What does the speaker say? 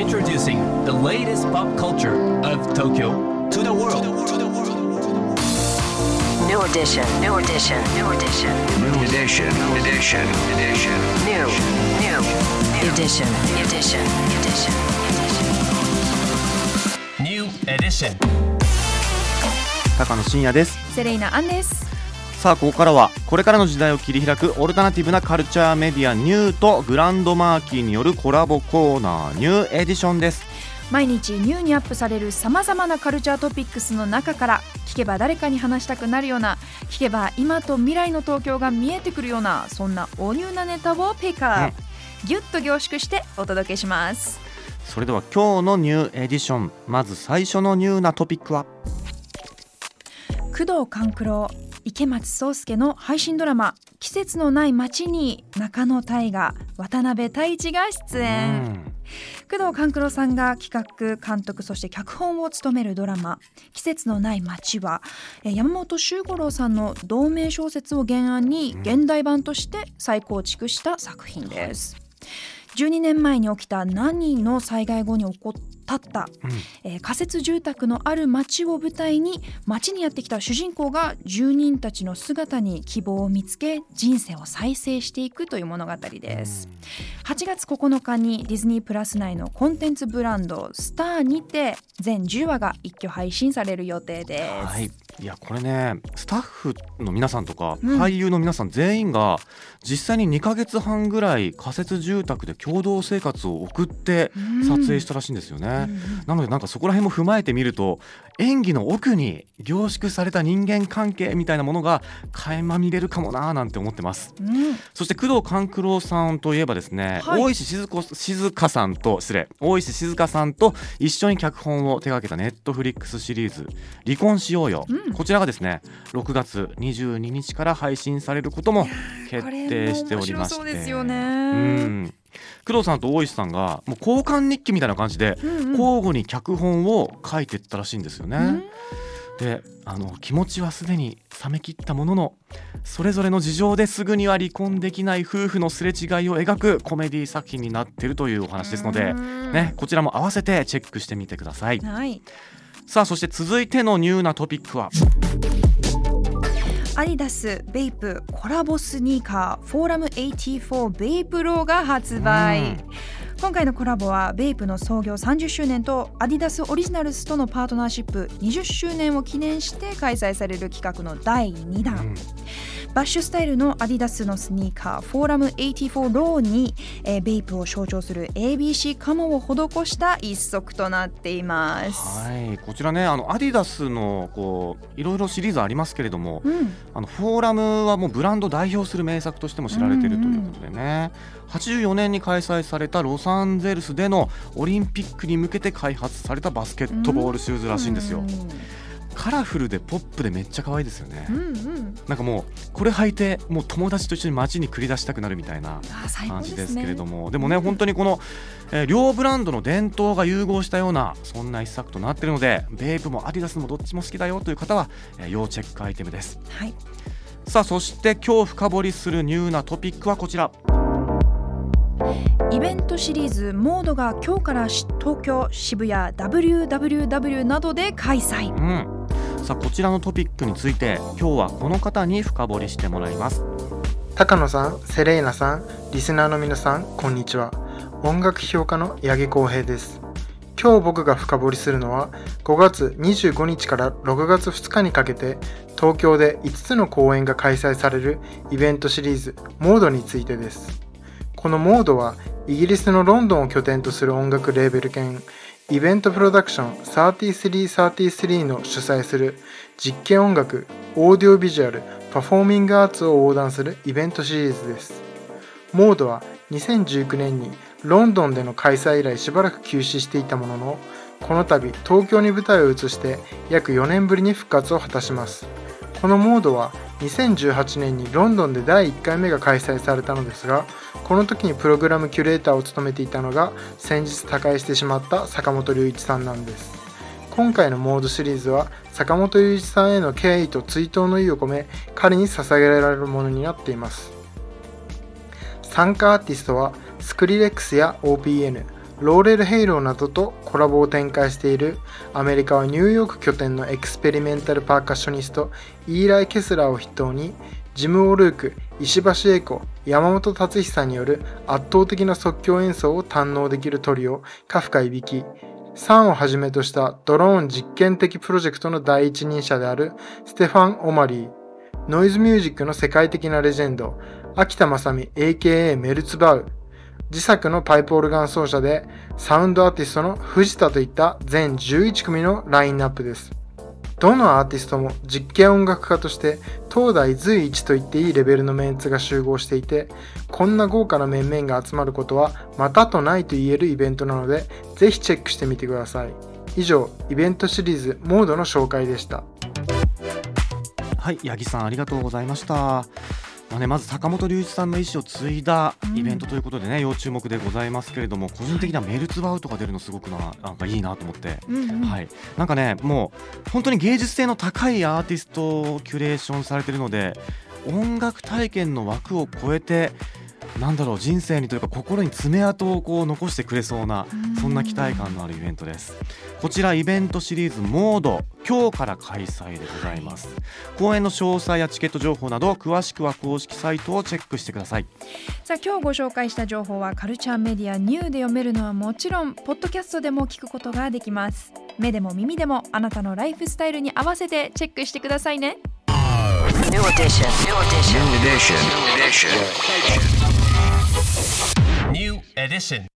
Introducing the latest pop culture of Tokyo to the world. New edition, new edition, new edition, New edition, edition, edition. new edition, edition, edition. New edition. 高野真也です。 セレイナアンです。 さあここからはこれからの時代を切り開くオルタナティブなカルチャーメディアニューとグランドマーキーによるコラボコーナーニューエディションです。 毎日ニューにアップされるさまざまなカルチャートピックスの中から聞けば誰かに話したくなるような、聞けば今と未来の東京が見えてくるような、そんなおニューなネタをピックアップ、ギュッと凝縮してお届けします。 それでは今日のニューエディション、まず最初のニューなトピックは工藤官九郎、池松壮亮の配信ドラマ季節のない街に中野大河、渡辺太一が出演。工藤官九郎さんが企画監督そして脚本を務めるドラマ季節のない街は山本周五郎さんの同名小説を原案に現代版として再構築した作品です。12年前に起きた何の災害後に起こった仮設住宅のある町を舞台に町にやってきた主人公が住人たちの姿に希望を見つけ人生を再生していくという物語です。8月9日にディズニープラス内のコンテンツブランドスターにて全10話が一挙配信される予定です。 はい、いやこれねスタッフの皆さんとか、俳優の皆さん全員が実際に2ヶ月半ぐらい仮設住宅で共同生活を送って撮影したらしいんですよね。なのでなんかそこら辺も踏まえてみると演技の奥に凝縮された人間関係みたいなものが垣間見れるかもななんて思ってます。そして工藤官九郎さんといえばですね、大石静香さんと一緒に脚本を手掛けたネットフリックスシリーズ離婚しようよ、こちらがですね6月22日から配信されることも決定しておりまして、 これも面白そうですよね。 工藤さんと大石さんがもう交換日記みたいな感じで交互に脚本を書いていったらしいんですよね。で気持ちはすでに冷めきったもののそれぞれの事情ですぐには離婚できない夫婦のすれ違いを描くコメディ作品になっているというお話ですので、こちらも合わせてチェックしてみてください。さあそして続いてのニューなトピックはアディダス、ベイプコラボスニーカーフォーラム84ベイプローが発売。今回のコラボはベイプの創業30周年とアディダスオリジナルスとのパートナーシップ20周年を記念して開催される企画の第2弾、バッシュスタイルのアディダスのスニーカーフォーラム84ローに、ベイプを象徴する ABC カモを施した一足となっています。 こちらねアディダスのいろいろシリーズありますけれども、フォーラムはもうブランドを代表する名作としても知られているということでね、84年に開催されたロサンゼルスでのオリンピックに向けて開発されたバスケットボールシューズらしいんですよ。カラフルでポップでめっちゃ可愛いですよね。なんかもうこれ履いてもう友達と一緒に街に繰り出したくなるみたいな感じですけれども、でもね本当にこの、両ブランドの伝統が融合したようなそんな一作となっているので、ベープもアディダスもどっちも好きだよという方は、要チェックアイテムです。さあそして今日深掘りするニューなトピックはこちら。 イベントシリーズモードが今日から東京、渋谷 WWW などで開催。 さあこちらのトピックについて今日はこの方に深掘りしてもらいます。 高野さん、セレイナさん、リスナーの皆さんこんにちは。音楽評価の八木康平です。今日僕が深掘りするのは5月25日から6月2日にかけて東京で5つの公演が開催されるイベントシリーズモードについてです。このモードはイギリスのロンドンを拠点とする音楽レーベル兼イベントプロダクション3333の主催する実験音楽、オーディオビジュアル、パフォーミングアーツを横断するイベントシリーズです。モードは2019年にロンドンでの開催以来しばらく休止していたものの、この度東京に舞台を移して約4年ぶりに復活を果たします。このモードは2018年にロンドンで第1回目が開催されたのですが、この時にプログラムキュレーターを務めていたのが先日他界してしまった坂本龍一さんなんです。今回のモードシリーズは坂本龍一さんへの敬意と追悼の意を込め彼に捧げられるものになっています。参加アーティストはスクリレックスや OPN、 ローレル・ヘイローなどとコラボを展開しているアメリカはニューヨーク拠点のエクスペリメンタルパーカッショニストイーライ・ケスラーを筆頭にジム・オルーク、石橋英子、山本達久による圧倒的な即興演奏を堪能できるトリオカフカいびき、サンをはじめとしたドローン実験的プロジェクトの第一人者であるステファン・オマリー、ノイズミュージックの世界的なレジェンド秋田正美 AKA メルツバウ、自作のパイプオルガン奏者でサウンドアーティストの藤田といった全11組のラインナップです。どのアーティストも実験音楽家として当代随一と言っていいレベルのメンツが集合していて、こんな豪華な面々が集まることはまたとないと言えるイベントなので、ぜひチェックしてみてください。以上、イベントシリーズモードの紹介でした。 はい、八木さんありがとうございました。まず坂本龍一さんの意思を継いだイベントということでね、要注目でございますけれども、個人的にはメルツバウトが出るのすごくなんかいいなと思って、はい、なんかね、もう本当に芸術性の高いアーティストをキュレーションされているので、音楽体験の枠を超えて人生にというか心に爪痕を残してくれそうな、そんな期待感のあるイベントです。こちらイベントシリーズモード、今日から開催でございます。公演の詳細やチケット情報など詳しくは公式サイトをチェックしてください。 さあ、今日ご紹介した情報はカルチャーメディアニューで読めるのはもちろん、ポッドキャストでも聞くことができます。目でも耳でもあなたのライフスタイルに合わせてチェックしてくださいね。 New edition. New edition. New edition.